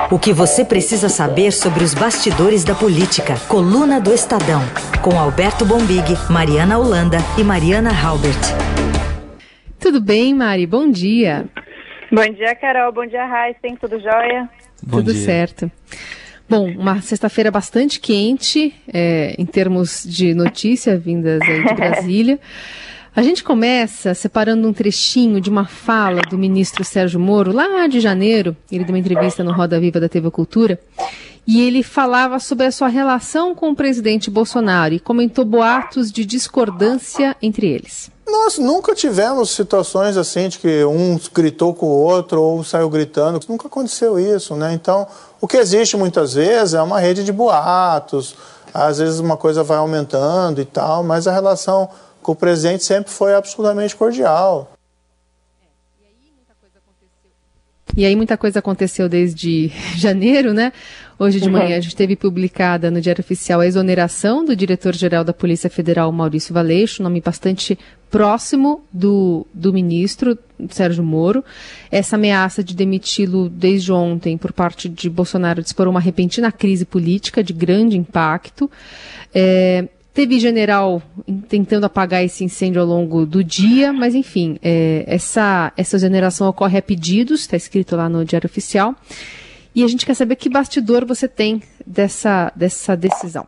O que você precisa saber sobre os bastidores da política. Coluna do Estadão. Com Alberto Bombig, Mariana Holanda e Mariana Halbert. Tudo bem, Mari? Bom dia. Bom dia, Carol. Bom dia, Raíssen. Tudo jóia? Tudo certo. Bom, uma sexta-feira bastante quente, em termos de notícia vindas aí de Brasília. A gente começa separando um trechinho de uma fala do ministro Sérgio Moro, lá de janeiro. Ele deu uma entrevista no Roda Viva da TV Cultura, e ele falava sobre a sua relação com o presidente Bolsonaro e comentou boatos de discordância entre eles. Nós nunca tivemos situações assim de que um gritou com o outro ou saiu gritando. Nunca aconteceu isso, né? Então, o que existe muitas vezes é uma rede de boatos. Às vezes uma coisa vai aumentando e tal, mas a relação com o presidente sempre foi absolutamente cordial. E aí muita coisa aconteceu desde janeiro, né? Hoje de manhã a gente teve publicada no Diário Oficial a exoneração do diretor-geral da Polícia Federal, Maurício Valeixo, nome bastante próximo do ministro Sérgio Moro. Essa ameaça de demiti-lo desde ontem por parte de Bolsonaro disparou uma repentina crise política de grande impacto. Teve general tentando apagar esse incêndio ao longo do dia, mas enfim, essa exoneração ocorre a pedidos, está escrito lá no Diário Oficial, e a gente quer saber que bastidor você tem dessa decisão.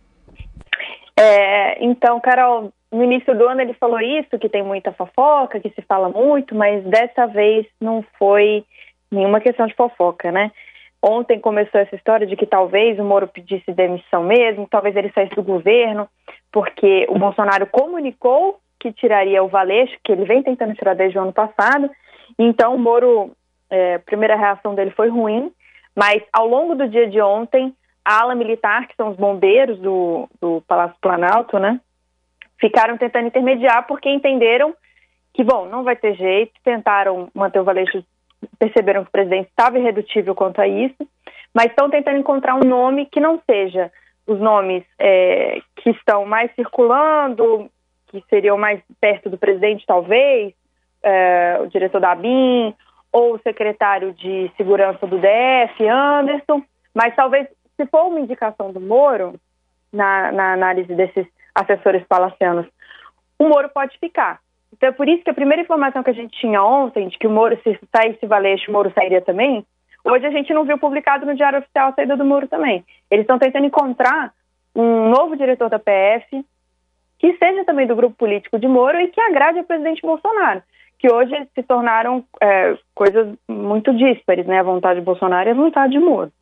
Então, Carol, no início do ano ele falou isso, que tem muita fofoca, que se fala muito, mas dessa vez não foi nenhuma questão de fofoca, né? Ontem começou essa história de que talvez o Moro pedisse demissão mesmo, talvez ele saísse do governo, porque o Bolsonaro comunicou que tiraria o Valeixo, que ele vem tentando tirar desde o ano passado. Então o Moro, a primeira reação dele foi ruim, mas ao longo do dia de ontem, a ala militar, que são os bombeiros do Palácio Planalto, né, ficaram tentando intermediar porque entenderam que, bom, não vai ter jeito, tentaram manter o Valeixo, perceberam que o presidente estava irredutível quanto a isso, mas estão tentando encontrar um nome que não seja os nomes que estão mais circulando, que seriam mais perto do presidente, talvez, o diretor da ABIN, ou o secretário de Segurança do DF, Anderson, mas talvez, se for uma indicação do Moro, na análise desses assessores palacianos, o Moro pode ficar. Então é por isso que a primeira informação que a gente tinha ontem, de que o Moro, se saísse Valeixo, o Moro sairia também, hoje a gente não viu publicado no Diário Oficial a saída do Moro também. Eles estão tentando encontrar um novo diretor da PF, que seja também do grupo político de Moro e que agrade ao presidente Bolsonaro, que hoje se tornaram coisas muito díspares, né? A vontade de Bolsonaro e a vontade de Moro.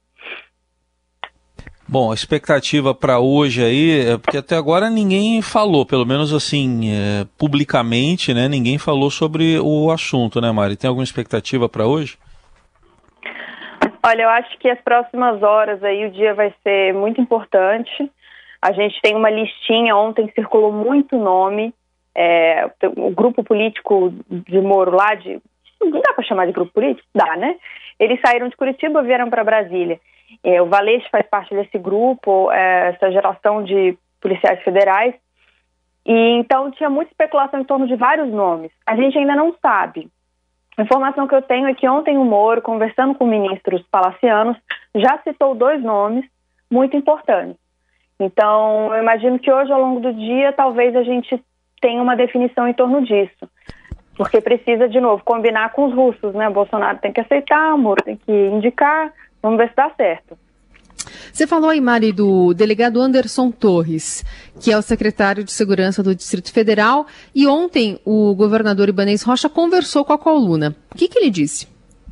Bom, a expectativa para hoje aí, porque até agora ninguém falou, pelo menos assim, publicamente, né? Ninguém falou sobre o assunto, né, Mari? Tem alguma expectativa para hoje? Olha, eu acho que as próximas horas aí o dia vai ser muito importante. A gente tem uma listinha, ontem circulou muito nome, o grupo político de Moro lá, não dá para chamar de grupo político? Dá, né? Eles saíram de Curitiba e vieram para Brasília. O Valeixo faz parte desse grupo, essa geração de policiais federais, e então tinha muita especulação em torno de vários nomes. A gente ainda não sabe. A informação que eu tenho é que ontem o Moro, conversando com ministros palacianos, já citou 2 nomes muito importantes. Então, eu imagino que hoje, ao longo do dia, talvez a gente tenha uma definição em torno disso. Porque precisa, de novo, combinar com os russos, né? O Bolsonaro tem que aceitar, o Moro tem que indicar. Vamos ver se dá certo. Você falou aí, Mari, do delegado Anderson Torres, que é o secretário de Segurança do Distrito Federal, e ontem o governador Ibanez Rocha conversou com a coluna. O que ele disse?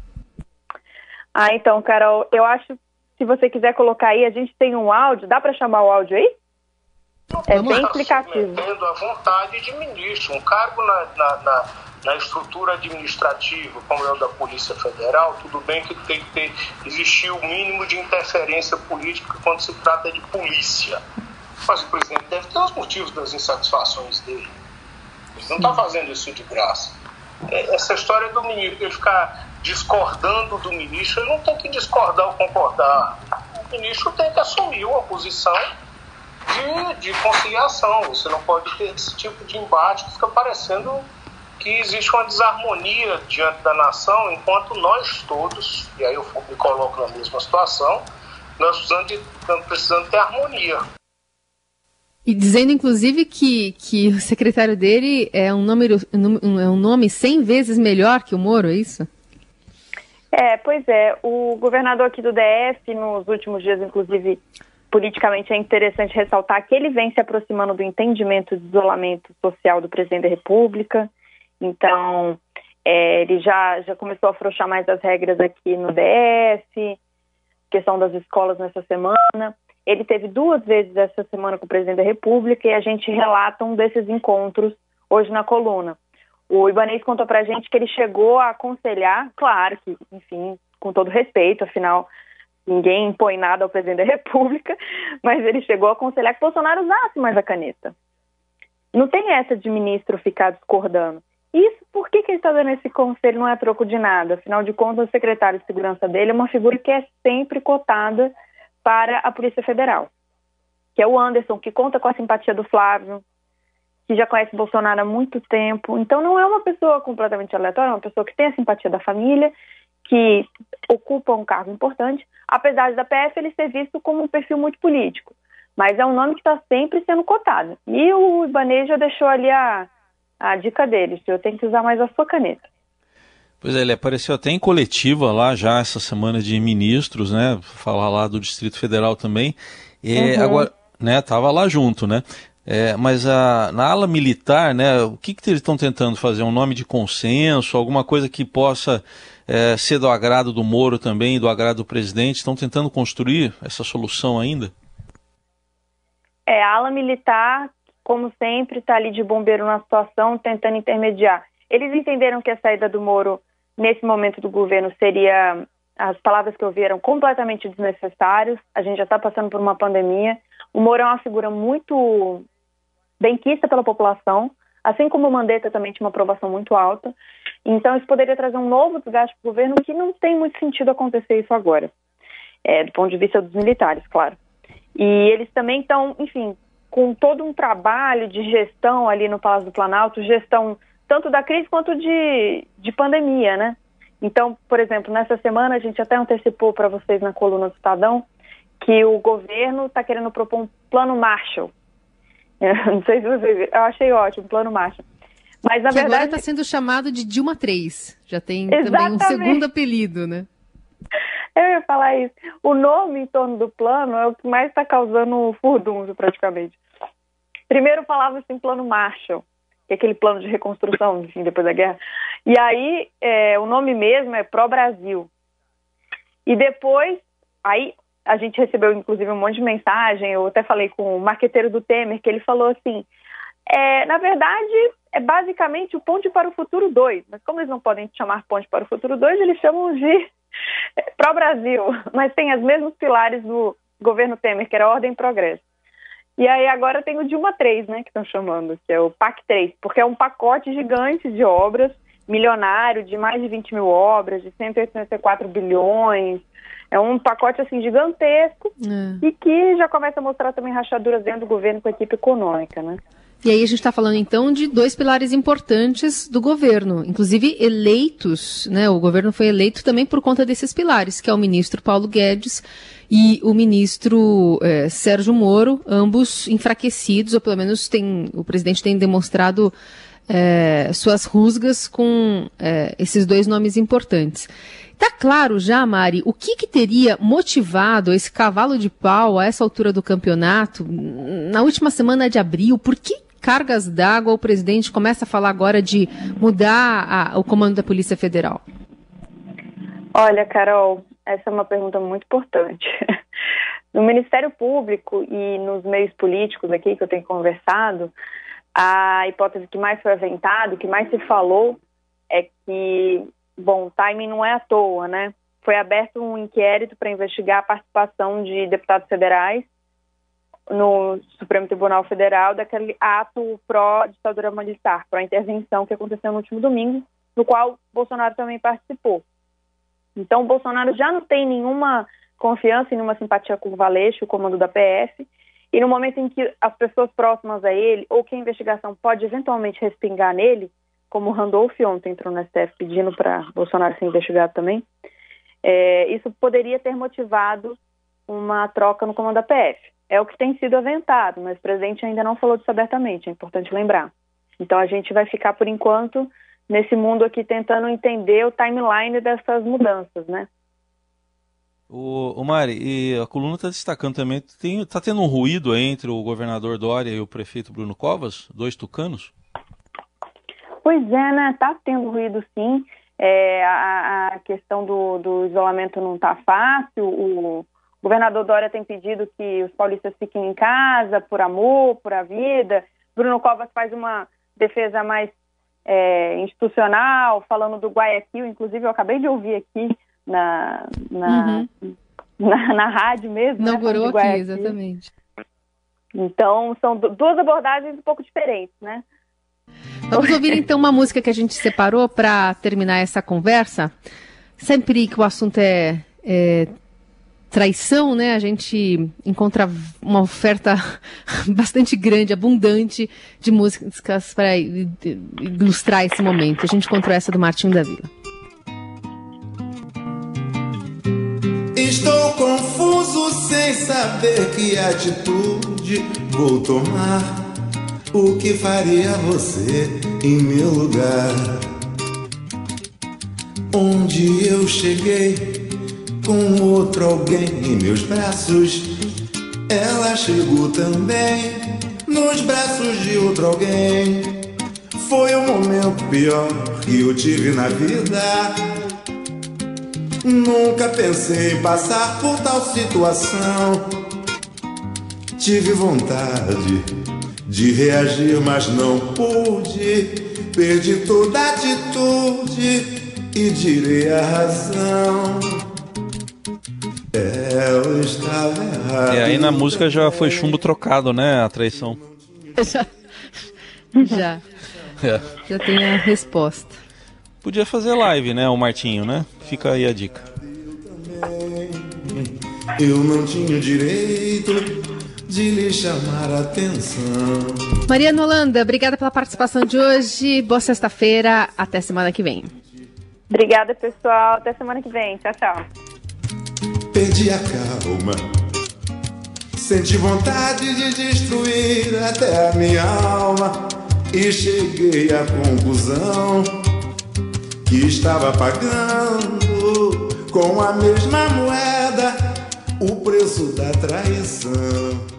Então, Carol, eu acho, se você quiser colocar aí, a gente tem um áudio, dá para chamar o áudio aí? Bem explicativo. Submetendo a vontade de ministro, um cargo na estrutura administrativa, como é o da Polícia Federal, tudo bem que tem que existir o mínimo de interferência política quando se trata de polícia. Mas o presidente deve ter os motivos das insatisfações dele. Ele não está fazendo isso de graça. Essa história do ministro, ele ficar discordando do ministro, ele não tem que discordar ou concordar. O ministro tem que assumir uma posição de conciliação. Você não pode ter esse tipo de embate que fica parecendo que existe uma desarmonia diante da nação, enquanto nós todos, e aí eu me coloco na mesma situação, nós estamos precisando ter harmonia. E dizendo, inclusive, que o secretário dele é um nome 100 vezes melhor que o Moro, é isso? Pois é. O governador aqui do DF, nos últimos dias, inclusive, politicamente é interessante ressaltar que ele vem se aproximando do entendimento de isolamento social do presidente da República. Então, ele já começou a afrouxar mais as regras aqui no DF, questão das escolas nessa semana. Ele teve 2 vezes essa semana com o presidente da República e a gente relata um desses encontros hoje na coluna. O Ibanez contou pra gente que ele chegou a aconselhar, claro que, enfim, com todo respeito, afinal, ninguém impõe nada ao presidente da República, mas ele chegou a aconselhar que Bolsonaro usasse mais a caneta. Não tem essa de ministro ficar discordando. Isso, por que ele está dando esse conselho? Não é a troco de nada. Afinal de contas, o secretário de segurança dele é uma figura que é sempre cotada para a Polícia Federal, que é o Anderson, que conta com a simpatia do Flávio, que já conhece Bolsonaro há muito tempo. Então não é uma pessoa completamente aleatória, é uma pessoa que tem a simpatia da família, que ocupa um cargo importante, apesar da PF ele ser visto como um perfil muito político, mas é um nome que está sempre sendo cotado. E o Ibanez já deixou ali a dica dele: o senhor tem que usar mais a sua caneta. Pois é, ele apareceu até em coletiva lá já essa semana de ministros, né? Falar lá do Distrito Federal também. Agora, né? Tava lá junto, né? Mas na ala militar, né? O que eles estão tentando fazer? Um nome de consenso, alguma coisa que possa ser do agrado do Moro também, do agrado do presidente? Estão tentando construir essa solução ainda? A ala militar, como sempre, está ali de bombeiro na situação, tentando intermediar. Eles entenderam que a saída do Moro nesse momento do governo seria, as palavras que eu vi eram completamente desnecessárias. A gente já está passando por uma pandemia. O Moro é uma figura muito benquista pela população, assim como o Mandetta também tinha uma aprovação muito alta. Então isso poderia trazer um novo desgaste para o governo, que não tem muito sentido acontecer isso agora, do ponto de vista dos militares, claro. E eles também estão, enfim, com todo um trabalho de gestão ali no Palácio do Planalto, gestão tanto da crise quanto de pandemia, né? Então, por exemplo, nessa semana a gente até antecipou para vocês na coluna do Estadão que o governo está querendo propor um plano Marshall. Não sei se vocês... Eu achei ótimo, plano Marshall. Mas, na verdade... agora está sendo chamado de Dilma 3. Já tem também um segundo apelido, né? Eu ia falar isso. O nome em torno do plano é o que mais está causando furdúncio, praticamente. Primeiro falava assim, plano Marshall, que é aquele plano de reconstrução, enfim, depois da guerra. E aí, o nome mesmo é Pró-Brasil. E depois, aí a gente recebeu, inclusive, um monte de mensagem. Eu até falei com o marqueteiro do Temer, que ele falou assim, na verdade, é basicamente o Ponte para o Futuro 2. Mas como eles não podem chamar Ponte para o Futuro 2, eles chamam de Pró-Brasil. Mas tem os mesmos pilares do governo Temer, que era Ordem e Progresso. E aí agora tem o Dilma 3, né, que estão chamando, que é o PAC 3, porque é um pacote gigante de obras, milionário, de mais de 20 mil obras, de 184 bilhões. É um pacote, assim, gigantesco e que já começa a mostrar também rachaduras dentro do governo com a equipe econômica, né? E aí a gente está falando, então, de 2 pilares importantes do governo, inclusive eleitos, né? O governo foi eleito também por conta desses pilares, que é o ministro Paulo Guedes e o ministro Sérgio Moro, ambos enfraquecidos, ou pelo menos o presidente tem demonstrado suas rusgas com esses 2 nomes importantes. Está claro já, Mari, o que teria motivado esse cavalo de pau a essa altura do campeonato, na última semana de abril? Por que cargas d'água o presidente começa a falar agora de mudar o comando da Polícia Federal? Olha, Carol, essa é uma pergunta muito importante. No Ministério Público e nos meios políticos aqui que eu tenho conversado, a hipótese que mais foi aventada, que mais se falou, é que, bom, o timing não é à toa, né? Foi aberto um inquérito para investigar a participação de deputados federais no Supremo Tribunal Federal daquele ato pró-ditadura militar, pró-intervenção que aconteceu no último domingo, no qual Bolsonaro também participou. Então, o Bolsonaro já não tem nenhuma confiança e nenhuma simpatia com o Valeixo, o comando da PF, e no momento em que as pessoas próximas a ele, ou que a investigação pode eventualmente respingar nele, como o Randolph ontem entrou no STF pedindo para Bolsonaro ser investigado também, isso poderia ter motivado uma troca no comando da PF. É o que tem sido aventado, mas o presidente ainda não falou disso abertamente, é importante lembrar. Então a gente vai ficar, por enquanto, nesse mundo aqui tentando entender o timeline dessas mudanças, né? O Mari, e a coluna está destacando também, está tendo um ruído entre o governador Dória e o prefeito Bruno Covas, dois tucanos? Pois é, né? Está tendo ruído, sim. A questão do isolamento não está fácil. O governador Dória tem pedido que os paulistas fiquem em casa por amor, por a vida. Bruno Covas faz uma defesa mais institucional, falando do Guayaquil. Inclusive, eu acabei de ouvir aqui na rádio mesmo. Inaugurou aqui, exatamente. Então, são duas abordagens um pouco diferentes, né? Vamos ouvir então uma música que a gente separou para terminar essa conversa. Sempre que o assunto é traição, né? A gente encontra uma oferta bastante grande, abundante de músicas para ilustrar esse momento. A gente encontrou essa do Martinho da Vila. Estou confuso sem saber que atitude vou tomar. O que faria você em meu lugar? Onde eu cheguei com outro alguém em meus braços, ela chegou também nos braços de outro alguém. Foi o momento pior que eu tive na vida. Nunca pensei em passar por tal situação. Tive vontade de reagir, mas não pude. Perdi toda a atitude e direi a razão. Eu estava errado. E aí na música já foi chumbo trocado, né? A traição. Já tem a resposta. Podia fazer live, né, o Martinho, né? Fica aí a dica. Eu não tinha direito de lhe chamar a atenção. Mariana Holanda, obrigada pela participação de hoje. Boa sexta-feira. Até semana que vem. Obrigada, pessoal. Até semana que vem. Tchau, tchau. Perdi a calma. Senti vontade de destruir até a minha alma. E cheguei à conclusão que estava pagando com a mesma moeda o preço da traição.